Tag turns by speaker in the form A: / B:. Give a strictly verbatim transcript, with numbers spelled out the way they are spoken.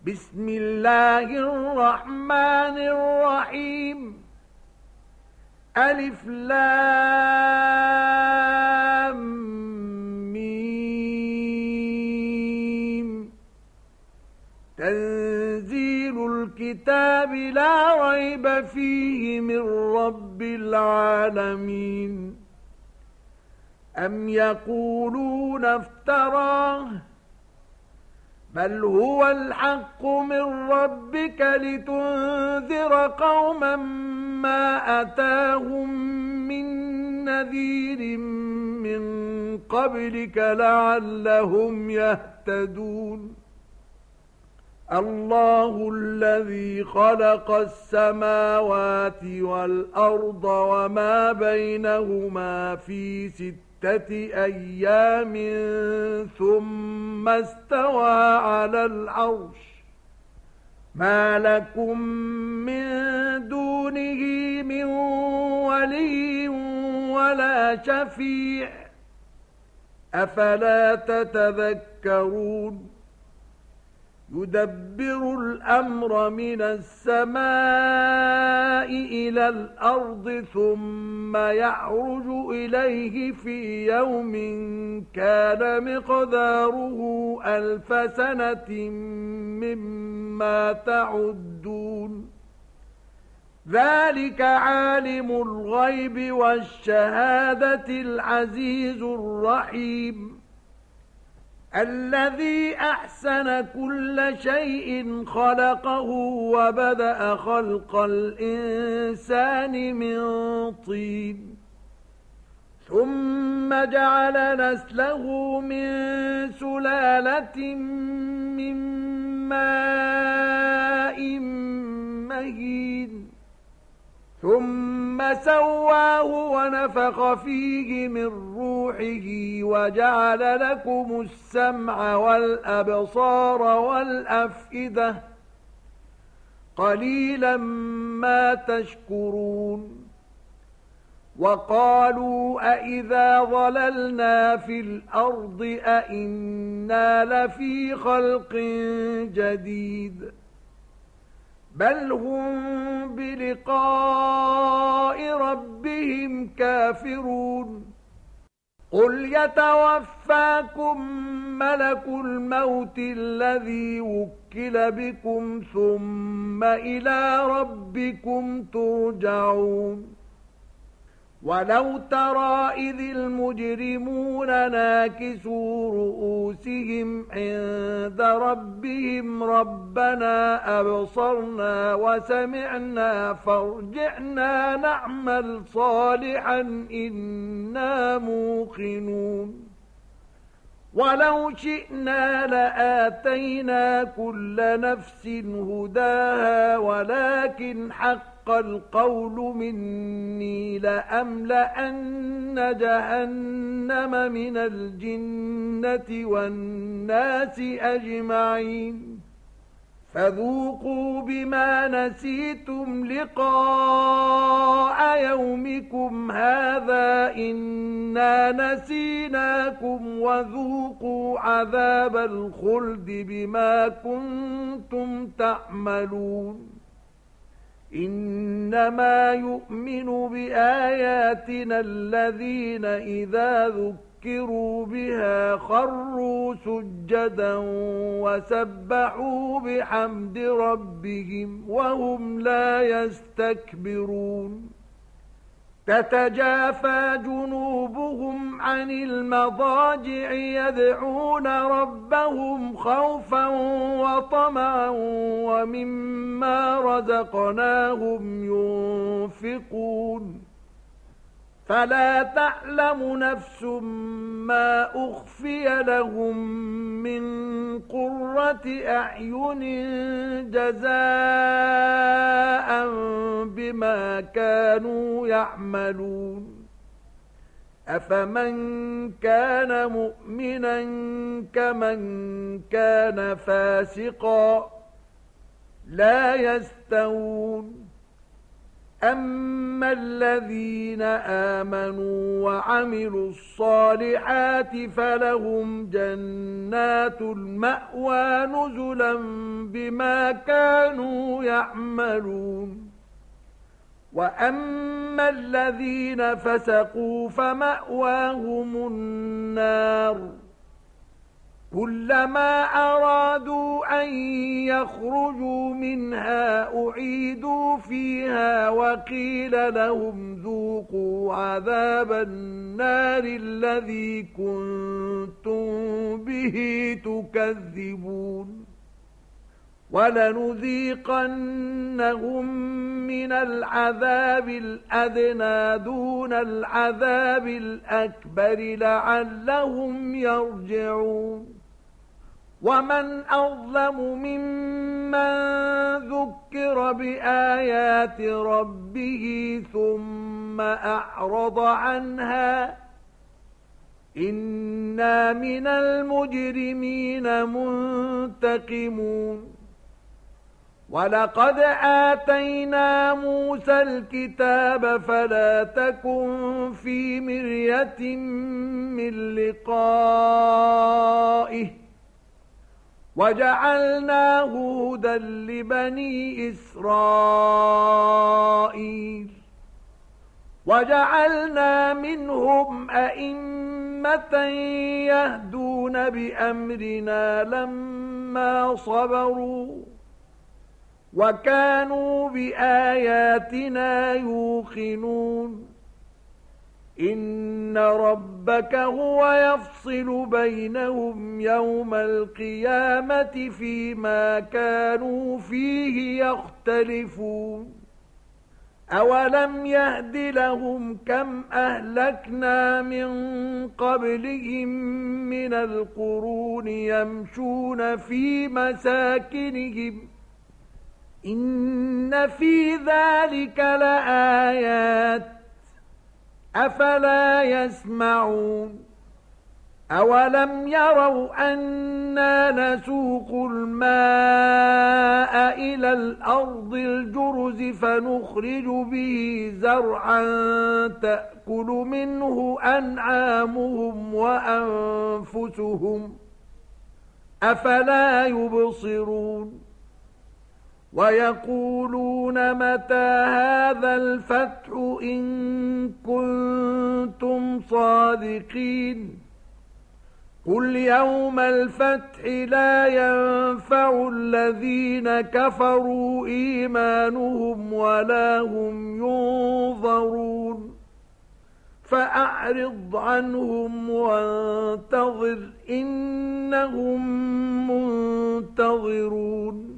A: بسم الله الرحمن الرحيم. ألف لام ميم. تنزيل الكتاب لا ريب فيه من رب العالمين. أم يقولون افتراه بل هو الحق من ربك لتنذر قوما ما أتاهم من نذير من قبلك لعلهم يهتدون. الله الذي خلق السماوات والأرض وما بينهما في ستة أيام ثم استوى على العرش ما لكم من دونه من ولي ولا شفيع أفلا تتذكرون. يدبر الأمر من السماء إلى الأرض ثم يعرج إليه في يوم كان مقداره ألف سنة مما تعدون. ذلك عالم الغيب والشهادة العزيز الرحيم الذي أحسن كل شيء خلقه وبدأ خلق الإنسان من طين ثم جعل نسله من سلالة من ماء مهين ثم سواه ونفخ فيه من روحه وجعل لكم السمع والأبصار والأفئدة قليلا ما تشكرون. وقالوا أإذا ضللنا في الأرض أإنا لفي خلق جديد بل هم بلقاء ربهم كافرون. قل يتوفاكم ملك الموت الذي وكل بكم ثم إلى ربكم ترجعون. ولو ترى إذ المجرمون ناكسوا رؤوسهم عند ربهم ربنا أبصرنا وسمعنا فارجعنا نعمل صالحا إنا موقنون. ولو شئنا لآتينا كل نفس هداها ولكن حق القول مني لأملأن جهنم من الجنة والناس أجمعين. فذوقوا بما نسيتم لقاء يومكم هذا إنا نسيناكم وذوقوا عذاب الخلد بما كنتم تعملون. إنما يؤمن بآياتنا الذين إذا ذكروا بها خروا سجدا وسبحوا بحمد ربهم وهم لا يستكبرون. تتجافى جنوبهم عن المضاجع يدعون ربهم خوفا وطمعا ومما رزقناهم ينفقون. فلا تعلم نفس ما أخفي لهم من قرة أعين جزاء بما كانوا يعملون. أفمن كان مؤمنا كمن كان فاسقا لا يستوون. أما الذين آمنوا وعملوا الصالحات فلهم جنات المأوى نزلا بما كانوا يعملون وأما الذين فسقوا فمأواهم النار كلما أرادوا أن يخرجوا منها أعيدوا فيها وقيل لهم ذوقوا عذاب النار الذي كنتم به تكذبون ولنذيقنهم من العذاب الأدنى دون العذاب الأكبر لعلهم يرجعون ومن أظلم ممن ذكر بآيات ربه ثم أعرض عنها إنا من المجرمين منتقمون ولقد آتينا موسى الكتاب فلا تكن في مرية من لقائه وجعلناه هدى لبني إسرائيل وجعلنا منهم أئمة يهدون بأمرنا لما صبروا وكانوا بآياتنا يوقنون إن ربك هو يفصل بينهم يوم القيامة فيما كانوا فيه يختلفون أولم يهد لهم كم أهلكنا من قبلهم من القرون يمشون في مساكنهم إن في ذلك لآيات أفلا يسمعون أولم يروا أنا نسوق الماء إلى الأرض الجرز فنخرج به زرعا تأكل منه أنعامهم وأنفسهم أفلا يبصرون ويقولون متى هذا الفتح إن كنتم صادقين قل يوم الفتح لا ينفع الذين كفروا إيمانهم ولا هم ينظرون فأعرض عنهم وانتظر إنهم منتظرون